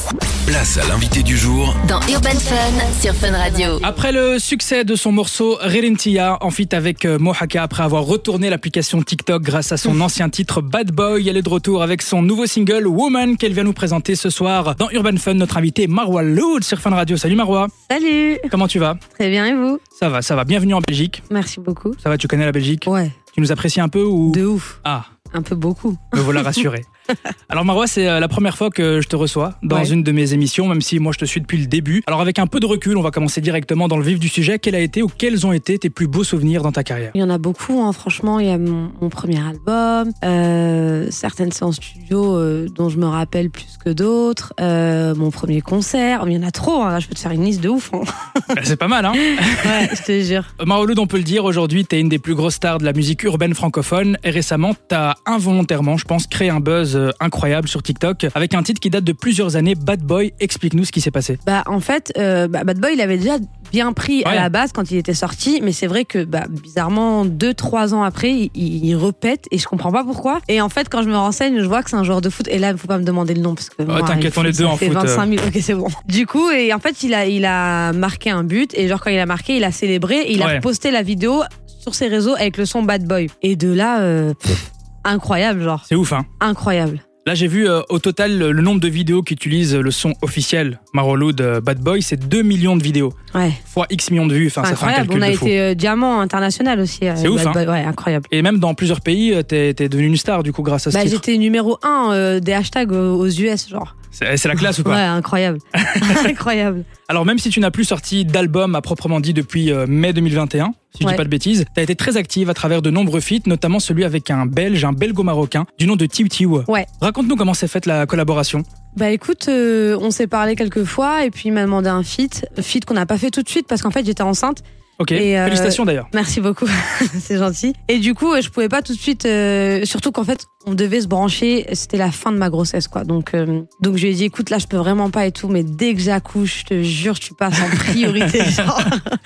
Place à l'invité du jour dans Urban Fun sur Fun Radio. Après le succès de son morceau Ririntia en feat avec Mohaka, après avoir retourné l'application TikTok grâce à son ancien titre Bad Boy, elle est de retour avec son nouveau single Woman qu'elle vient nous présenter ce soir dans Urban Fun. Notre invité Marwa Loud sur Fun Radio. Salut Marwa. Salut. Comment tu vas? Très bien, et vous? Ça va. Bienvenue en Belgique. Merci beaucoup. Ça va, tu connais la Belgique? Ouais. Tu nous apprécies un peu ou? De ouf. Ah. Un peu beaucoup. Me voilà rassuré. Alors Marwa, c'est la première fois que je te reçois dans une de mes émissions, même si moi je te suis depuis le début. Alors avec un peu de recul, on va commencer directement dans le vif du sujet. Quel a été ou quels ont été tes plus beaux souvenirs dans ta carrière? Il y en a beaucoup, hein. Franchement. Il y a mon premier album, certaines séances studio dont je me rappelle plus que d'autres, mon premier concert. Il y en a trop, hein. Là, je peux te faire une liste de ouf, hein. C'est pas mal, hein? Ouais, je te jure. Marwa Loud, on peut le dire, aujourd'hui, t'es une des plus grosses stars de la musique urbaine francophone. Et récemment, t'as involontairement, je pense, créé un buzz incroyable sur TikTok avec un titre qui date de plusieurs années, Bad Boy. Explique-nous ce qui s'est passé. En fait, Bad Boy, il avait déjà bien pris à la base quand il était sorti, mais c'est vrai que bizarrement 2-3 ans après il repète et je comprends pas pourquoi. Et en fait, quand je me renseigne, je vois que c'est un joueur de foot, et là il faut pas me demander le nom parce que t'inquiète, on est deux en foot. 25 000, ok, c'est bon. Du coup, et en fait il a marqué un but, et genre quand il a marqué, il a célébré et il a posté la vidéo sur ses réseaux avec le son Bad Boy. Et de là incroyable, genre. C'est ouf, hein? Incroyable. Là, j'ai vu au total le nombre de vidéos qui utilisent le son officiel Marwa Loud Bad Boy, c'est 2 millions de vidéos. Ouais. Fois X millions de vues, enfin, ça fait un calcul de fou. On a été diamant international aussi. C'est ouf, hein? Ouais, incroyable. Et même dans plusieurs pays, t'es devenu une star du coup grâce à ce titre. J'étais numéro 1 des hashtags aux US, genre. C'est la classe ou quoi? Ouais, incroyable. Incroyable. Alors même si tu n'as plus sorti d'album à proprement dit depuis mai 2021, si je dis pas de bêtises, t'as été très active à travers de nombreux feats, notamment celui avec un belgo-marocain du nom de Tiu Tiu. Ouais. Raconte-nous comment s'est faite la collaboration. Écoute, on s'est parlé quelques fois et puis il m'a demandé un feat qu'on n'a pas fait tout de suite parce qu'en fait j'étais enceinte. Ok, félicitations d'ailleurs. Merci beaucoup, c'est gentil. Et du coup, je pouvais pas tout de suite, surtout qu'en fait, on devait se brancher, c'était la fin de ma grossesse, quoi. Donc je lui ai dit, écoute, là, je peux vraiment pas et tout, mais dès que j'accouche, je te jure, tu passes en priorité, genre.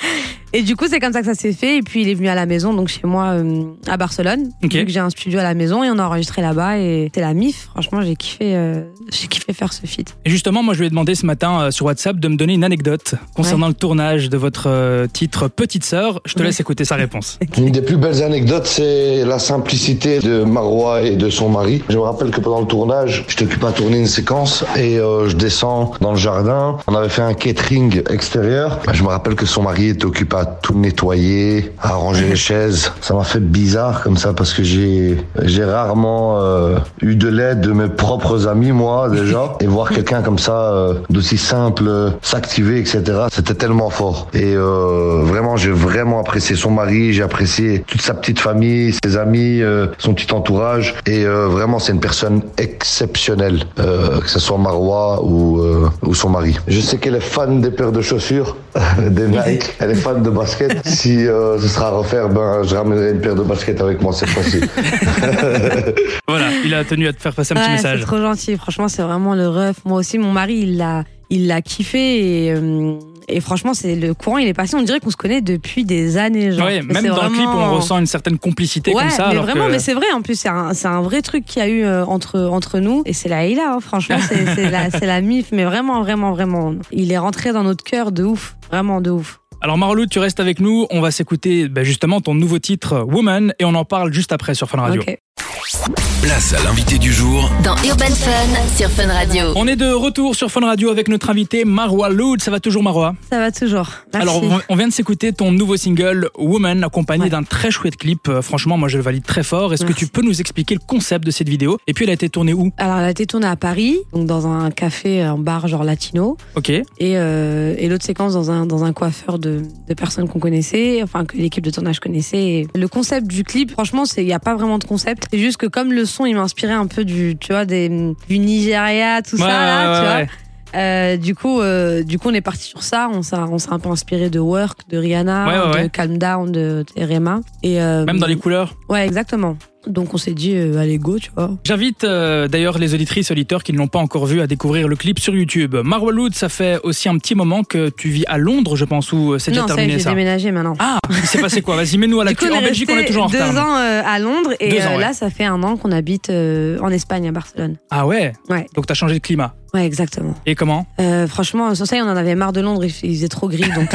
Et du coup, c'est comme ça que ça s'est fait. Et puis, il est venu à la maison, donc chez moi, à Barcelone. Okay. Vu que j'ai un studio à la maison et on a enregistré là-bas et c'était la MIF. Franchement, j'ai kiffé faire ce feat. Et justement, moi, je lui ai demandé ce matin sur WhatsApp de me donner une anecdote concernant le tournage de votre titre Petite Sœur. Je te laisse écouter sa réponse. Une des plus belles anecdotes, c'est la simplicité de Marwa et de son mari. Je me rappelle que pendant le tournage, j'étais occupé à tourner une séquence et je descends dans le jardin. On avait fait un catering extérieur. Je me rappelle que son mari était occupé à tout nettoyer, à ranger les chaises. Ça m'a fait bizarre comme ça parce que j'ai rarement eu de l'aide de mes propres amis, moi déjà, et voir quelqu'un comme ça d'aussi simple s'activer, etc. C'était tellement fort. Et vraiment, j'ai vraiment apprécié son mari, j'ai apprécié toute sa petite famille, ses amis, son petit entourage. Et vraiment, c'est une personne exceptionnelle, que ce soit Marwa ou son mari. Je sais qu'elle est fan des paires de chaussures, des Nike. Elle est fan de basket. Si ce sera à refaire, je ramènerai une paire de baskets avec moi cette fois-ci. Voilà, il a tenu à te faire passer un petit message. C'est trop gentil. Franchement, c'est vraiment le ref. Moi aussi, mon mari, il l'a kiffé et franchement, le courant, il est passé. On dirait qu'on se connaît depuis des années. Genre. Ouais, même dans le clip, on ressent une certaine complicité comme ça. Mais vraiment, mais c'est vrai. En plus, c'est un vrai truc qu'il y a eu entre nous. Et c'est la Hila, hein. Franchement, c'est la MIF. Mais vraiment, vraiment, vraiment. Il est rentré dans notre cœur de ouf. Vraiment de ouf. Alors Marwa Loud, tu restes avec nous. On va s'écouter justement ton nouveau titre Woman et on en parle juste après sur Fun Radio. Okay. Place à l'invité du jour dans Urban Fun sur Fun Radio. On est de retour sur Fun Radio avec notre invité Marwa Loud. Ça va toujours, Marwa? Ça va toujours. Merci. Alors on vient de s'écouter ton nouveau single Woman accompagné d'un très chouette clip. Franchement, moi je le valide très fort. Est-ce que tu peux nous expliquer le concept de cette vidéo? Et puis elle a été tournée où? Alors elle a été tournée à Paris, donc dans un café, un bar genre latino. Ok. Et l'autre séquence dans un coiffeur de personnes qu'on connaissait, enfin que l'équipe de tournage connaissait. Et le concept du clip, franchement, il n'y a pas vraiment de concept. C'est juste que comme le son, il m'a inspiré un peu du Nigeria, tout ça là, tu vois. Du coup, on est parti sur ça. On s'est un peu inspiré de Work, de Rihanna, de Calm Down, de Rema. Et même dans les couleurs. Ouais, exactement. Donc on s'est dit, allez go, tu vois. J'invite d'ailleurs les auditrices, auditeurs qui ne l'ont pas encore vu à découvrir le clip sur YouTube. Marwa Loud, ça fait aussi un petit moment que tu vis à Londres, je pense, ou c'est déjà terminé ça? Non, j'ai déménagé maintenant. Ah, il s'est passé quoi? Vas-y, mets-nous à l'actu. En Belgique, on est toujours en retard. 2 ans à Londres et 2 ans, là, ça fait 1 an qu'on habite en Espagne, à Barcelone. Ah ouais? Ouais. Donc t'as changé de climat? Ouais, exactement. Et comment? Franchement, ça y est, on en avait marre de Londres, il faisait trop gris, donc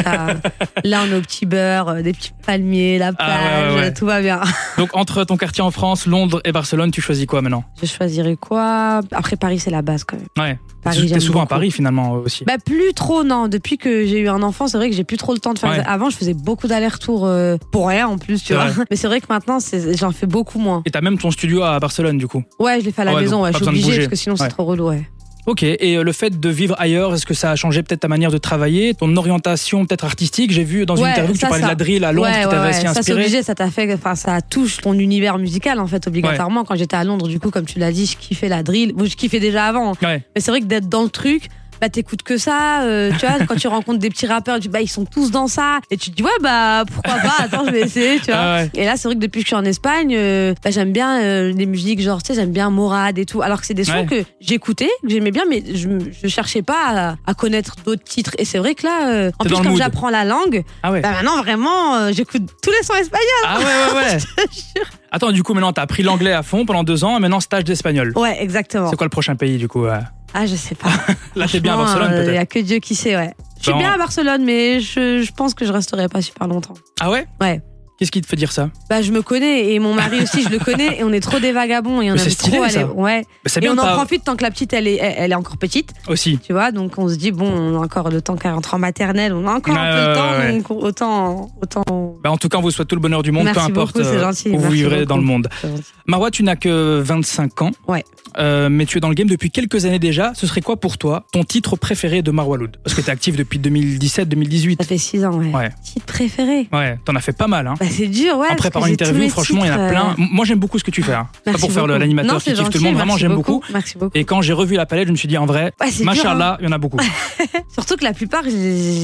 là on est au petit beurre, des petits palmiers, la plage, tout va bien. Donc entre ton quartier en France, Londres et Barcelone, tu choisis quoi maintenant? Je choisirais quoi? Après Paris, c'est la base quand même. Ouais. Paris, T'es souvent beaucoup. à Paris finalement aussi. Bah plus trop, non. Depuis que j'ai eu un enfant, c'est vrai que j'ai plus trop le temps de faire. Ouais. Avant, je faisais beaucoup d'allers-retours pour rien en plus, tu C'est vois. vrai. Mais c'est vrai que maintenant, j'en fais beaucoup moins. Et t'as même ton studio à Barcelone du coup. Ouais, je l'ai fait à la Ouais, maison, donc ouais. pas Je suis besoin de obligée bouger. parce que sinon c'est Ouais. trop relou, ouais. Ok, et le fait de vivre ailleurs, est-ce que ça a changé peut-être ta manière de travailler, ton orientation peut-être artistique? J'ai vu dans une Ouais, interview que tu ça, parlais de ça. la drill à Londres, qui t'avait aussi Ça c'est inspiré. obligé, ça t'a fait, enfin ça touche ton univers musical en fait obligatoirement. Quand j'étais à Londres, du coup, comme tu l'as dit, je kiffais la drill. Bon, je kiffais déjà avant, Ouais. mais c'est vrai que d'être dans le truc. Bah t'écoutes que ça, tu vois, quand tu rencontres des petits rappeurs, bah ils sont tous dans ça, et tu te dis ouais bah pourquoi pas, attends je vais essayer, tu vois. Ah ouais. Et là c'est vrai que depuis que je suis en Espagne, bah j'aime bien les musiques genre tu sais j'aime bien Morad et tout, alors que c'est des sons que j'écoutais, que j'aimais bien, mais je cherchais pas à connaître d'autres titres. Et c'est vrai que là, en T'es plus dans le comme mood. j'apprends la langue, Ah ouais. bah maintenant vraiment j'écoute tous les sons espagnols. Ah ouais. Attends, du coup maintenant t'as appris l'anglais à fond pendant 2 ans, et maintenant stage d'espagnol. Ouais exactement. C'est quoi le prochain pays du coup? Ah je sais pas. Là t'es bien à Franchement, Barcelone y peut-être. a que Dieu qui sait, ouais. Je suis Bon. bien à Barcelone, mais je pense que je resterai pas super longtemps. Ah ouais? Ouais. Qu'est-ce qui te fait dire ça? Bah je me connais et mon mari aussi je le connais et on est trop des vagabonds et on Mais c'est aime stylé, trop aller. ça. Ouais. Bah, c'est Et bien on de en pas- profite tant que la petite elle est encore petite, Aussi. tu vois, donc on se dit bon on a encore le temps qu'elle rentre en maternelle, on a encore un peu Ouais, le temps, ouais. donc autant. Bah, en tout cas, on vous souhaite tout le bonheur du monde, Merci peu importe beaucoup, c'est gentil. où vous Merci vivrez beaucoup. dans le monde. C'est gentil. Marwa, tu n'as que 25 ans. Ouais. Mais tu es dans le game depuis quelques années déjà. Ce serait quoi pour toi ton titre préféré de Marwa Loud? Parce que tu es actif depuis 2017-2018. Ça fait 6 ans, ouais. Ouais. Titre préféré. Ouais, t'en as fait pas mal. Hein. Bah c'est dur, ouais. En parce préparant que j'ai tous l'interview, mes franchement, il y en a titres, plein. Moi, j'aime beaucoup ce que tu fais. Hein. Pas Merci pour faire beaucoup. l'animateur Non, qui c'est kiffe tout le gentil, monde. Vraiment, merci j'aime beaucoup. Merci beaucoup. Et quand j'ai revu la palette, je me suis dit en vrai, Ouais, c'est dur, machallah, hein. il y en a beaucoup. Surtout que la plupart, je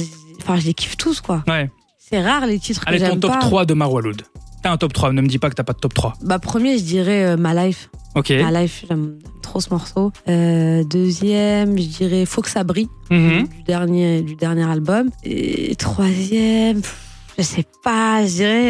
les kiffe tous, quoi. Ouais. C'est rare les titres Allez, que ton j'aime top pas. 3 de Marwa Loud. T'as un top 3, ne me dis pas que t'as pas de top 3. Bah premier, je dirais My Life. Ok. My Life, j'aime trop ce morceau. Deuxième, je dirais Faut que ça brille, Mhm. du dernier album. Et troisième, je sais pas, je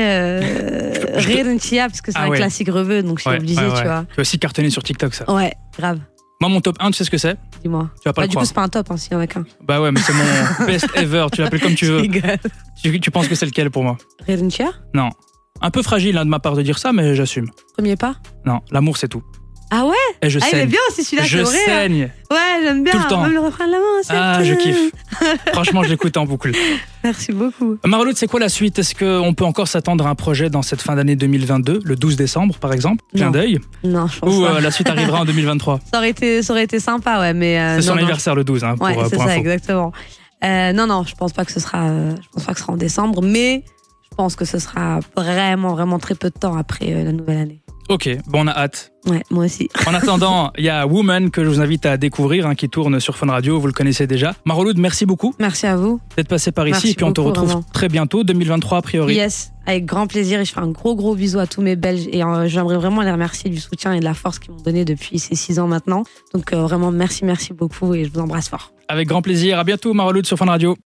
dirais Redentia, parce que c'est Ah un ouais. classique rebeu, donc je suis obligée, tu vois. Tu peux aussi cartonner sur TikTok, ça. Ouais, grave, Moi, mon top 1, tu sais ce que c'est? dis-moi. Tu vas pas Bah, le du coup, croire. c'est pas un top, hein, s'il y en a qu'un. Bah ouais, mais c'est mon best ever. Tu l'appelles comme tu veux. Rigole. Tu penses que c'est lequel pour moi? Redentia, Non. Un peu fragile hein, de ma part de dire ça, mais j'assume. premier pas. Non, l'amour c'est tout. Ah ouais? Et je Ah, il est saigne. bien aussi celui-là, Je c'est vrai. hein. saigne. Ouais, j'aime bien. Tout le temps. Même le refrain de la main, c'est Ah, tout. je kiffe. Franchement, je l'écoute en boucle. Merci beaucoup. Marwa Loud, c'est quoi la suite? Est-ce qu'on peut encore s'attendre à un projet dans cette fin d'année 2022, le 12 décembre par exemple? Clin Non. d'œil. Non, je pense Ou pas. la suite arrivera en 2023? Ça aurait été sympa, ouais, mais. C'est son non, non, anniversaire le 12, hein, pour, Ouais, c'est pour ça, info. exactement. Non, je pense pas que ce sera. Je pense pas que ce sera en décembre, mais je pense que ce sera vraiment très peu de temps après la nouvelle année. Ok, bon, on a hâte. Ouais, moi aussi. En attendant, il y a Woman que je vous invite à découvrir, hein, qui tourne sur Fun Radio, vous le connaissez déjà. Marwa Loud, merci beaucoup Merci à vous. d'être passé par ici, Merci et puis on te beaucoup, retrouve vraiment. très bientôt, 2023 a priori. Yes, avec grand plaisir. Et je fais un gros bisou à tous mes Belges. Et j'aimerais vraiment les remercier du soutien et de la force qu'ils m'ont donné depuis ces 6 ans maintenant. Donc vraiment, merci beaucoup et je vous embrasse fort. Avec grand plaisir, à bientôt Marwa Loud sur Fun Radio.